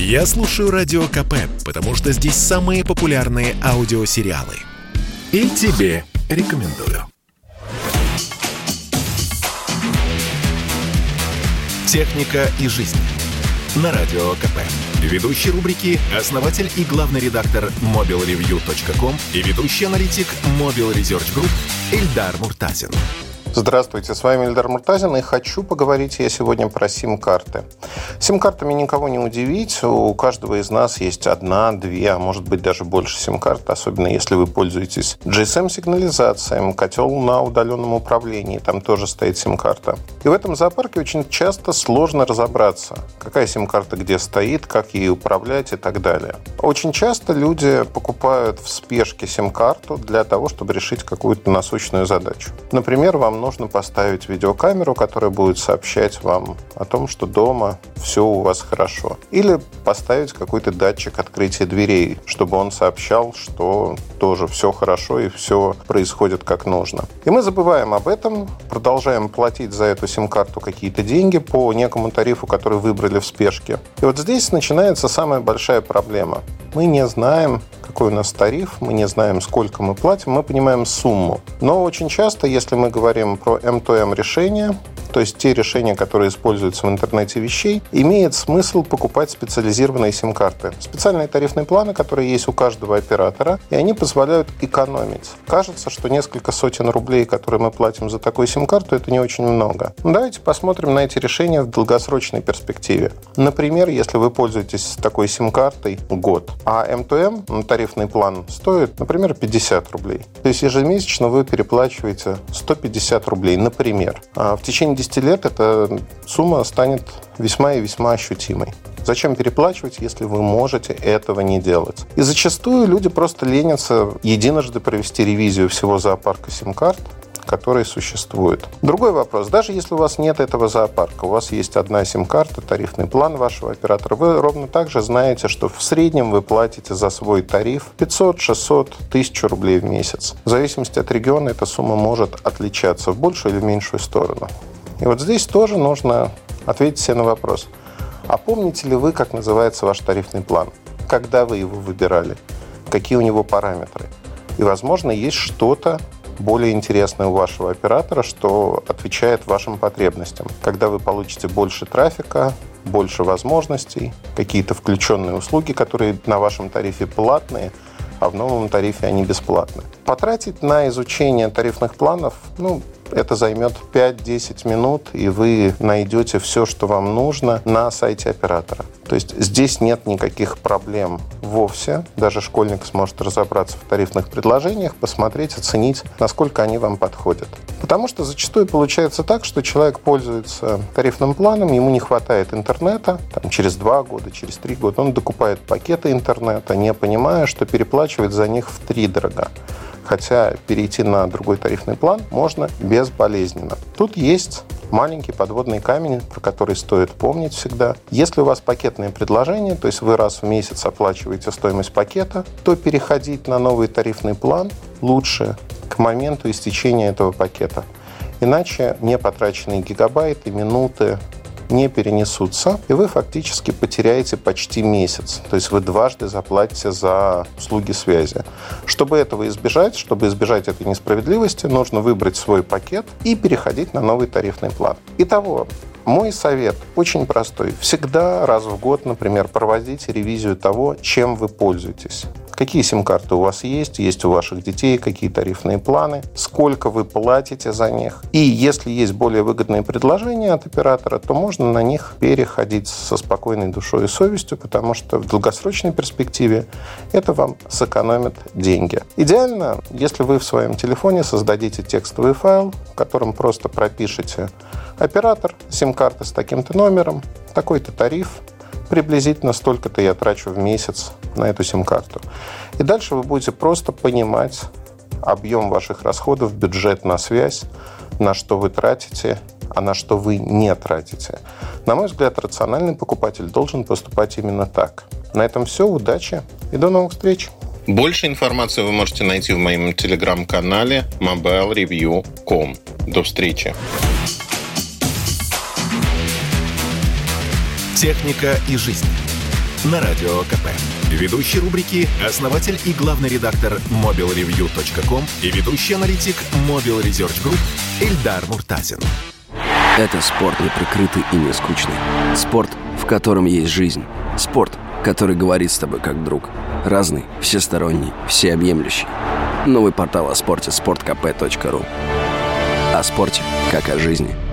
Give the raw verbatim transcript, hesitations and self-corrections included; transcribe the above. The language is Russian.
Я слушаю Радио КП, потому что здесь самые популярные аудиосериалы. И тебе рекомендую. «Техника и жизнь» на Радио КП. Ведущий рубрики — основатель и главный редактор мобил ревью точка ком и ведущий аналитик Mobile Research Group Эльдар Муртазин. Здравствуйте, с вами Эльдар Муртазин, и хочу поговорить я сегодня про сим-карты. Сим-картами никого не удивить, у каждого из нас есть одна, две, а может быть даже больше сим-карт, особенно если вы пользуетесь джи эс эм-сигнализацией, котел на удаленном управлении, там тоже стоит сим-карта. И в этом зоопарке очень часто сложно разобраться, какая сим-карта где стоит, как ей управлять и так далее. Очень часто люди покупают в спешке сим-карту для того, чтобы решить какую-то насущную задачу. Например, вам нужно поставить видеокамеру, которая будет сообщать вам о том, что дома все у вас хорошо. Или поставить какой-то датчик открытия дверей, чтобы он сообщал, что тоже все хорошо и все происходит как нужно. И мы забываем об этом, продолжаем платить за эту сим-карту какие-то деньги по некому тарифу, который выбрали в спешке. И вот здесь начинается самая большая проблема. Мы не знаем, какой у нас тариф, мы не знаем, сколько мы платим, мы понимаем сумму. Но очень часто, если мы говорим про эм два эм решения, то есть те решения, которые используются в интернете вещей, имеет смысл покупать специализированные сим-карты. Специальные тарифные планы, которые есть у каждого оператора, и они позволяют экономить. Кажется, что несколько сотен рублей, которые мы платим за такую сим-карту, это не очень много. Давайте посмотрим на эти решения в долгосрочной перспективе. Например, если вы пользуетесь такой сим-картой год, а эм два эм, тарифный план, стоит, например, пятьдесят рублей. То есть ежемесячно вы переплачиваете сто пятьдесят рублей, например. А в течение десяти лет эта сумма станет весьма и весьма ощутимой. Зачем переплачивать, если вы можете этого не делать? И зачастую люди просто ленятся единожды провести ревизию всего зоопарка сим-карт, которые существуют. Другой вопрос. Даже если у вас нет этого зоопарка, у вас есть одна сим-карта, тарифный план вашего оператора, вы ровно так же знаете, что в среднем вы платите за свой тариф пятьсот, шестьсот, тысячу рублей в месяц. В зависимости от региона эта сумма может отличаться в большую или в меньшую сторону. И вот здесь тоже нужно ответить себе на вопрос. А помните ли вы, как называется ваш тарифный план? Когда вы его выбирали? Какие у него параметры? И, возможно, есть что-то более интересное у вашего оператора, что отвечает вашим потребностям. Когда вы получите больше трафика, больше возможностей, какие-то включенные услуги, которые на вашем тарифе платные, а в новом тарифе они бесплатны. Потратить на изучение тарифных планов, ну, это займет пять-десять минут, и вы найдете все, что вам нужно на сайте оператора. То есть здесь нет никаких проблем вовсе. Даже школьник сможет разобраться в тарифных предложениях, посмотреть, оценить, насколько они вам подходят. Потому что зачастую получается так, что человек пользуется тарифным планом, ему не хватает интернета, там, через два года, через три года он докупает пакеты интернета, не понимая, что переплачивает за них втридорога. Хотя перейти на другой тарифный план можно безболезненно. Тут есть маленький подводный камень, про который стоит помнить всегда. Если у вас пакетные предложения, то есть вы раз в месяц оплачиваете стоимость пакета, то переходить на новый тарифный план лучше к моменту истечения этого пакета. Иначе непотраченные гигабайты, минуты не перенесутся, и вы фактически потеряете почти месяц. То есть вы дважды заплатите за услуги связи. Чтобы этого избежать, чтобы избежать этой несправедливости, нужно выбрать свой пакет и переходить на новый тарифный план. Итого, мой совет очень простой. Всегда раз в год, например, проводите ревизию того, чем вы пользуетесь. Какие сим-карты у вас есть, есть у ваших детей, какие тарифные планы, сколько вы платите за них. И если есть более выгодные предложения от оператора, то можно на них переходить со спокойной душой и совестью, потому что в долгосрочной перспективе это вам сэкономит деньги. Идеально, если вы в своем телефоне создадите текстовый файл, в котором просто пропишите оператор, сим-карты с таким-то номером, такой-то тариф, приблизительно столько-то я трачу в месяц на эту сим-карту. И дальше вы будете просто понимать объем ваших расходов, бюджет на связь, на что вы тратите, а на что вы не тратите. На мой взгляд, рациональный покупатель должен поступать именно так. На этом все. Удачи и до новых встреч. Больше информации вы можете найти в моем телеграм-канале мобил ревью точка ком. До встречи. Техника и жизнь. на Радио КП. Ведущий рубрики – основатель и главный редактор мобил ревью точка ком и ведущий аналитик Mobile Research Group Эльдар Муртазин. Это спорт неприкрытый и не скучный. Спорт, в котором есть жизнь. Спорт, который говорит с тобой как друг. Разный, всесторонний, всеобъемлющий. Новый портал о спорте – спорт кэ пэ точка ру. О спорте, как о жизни.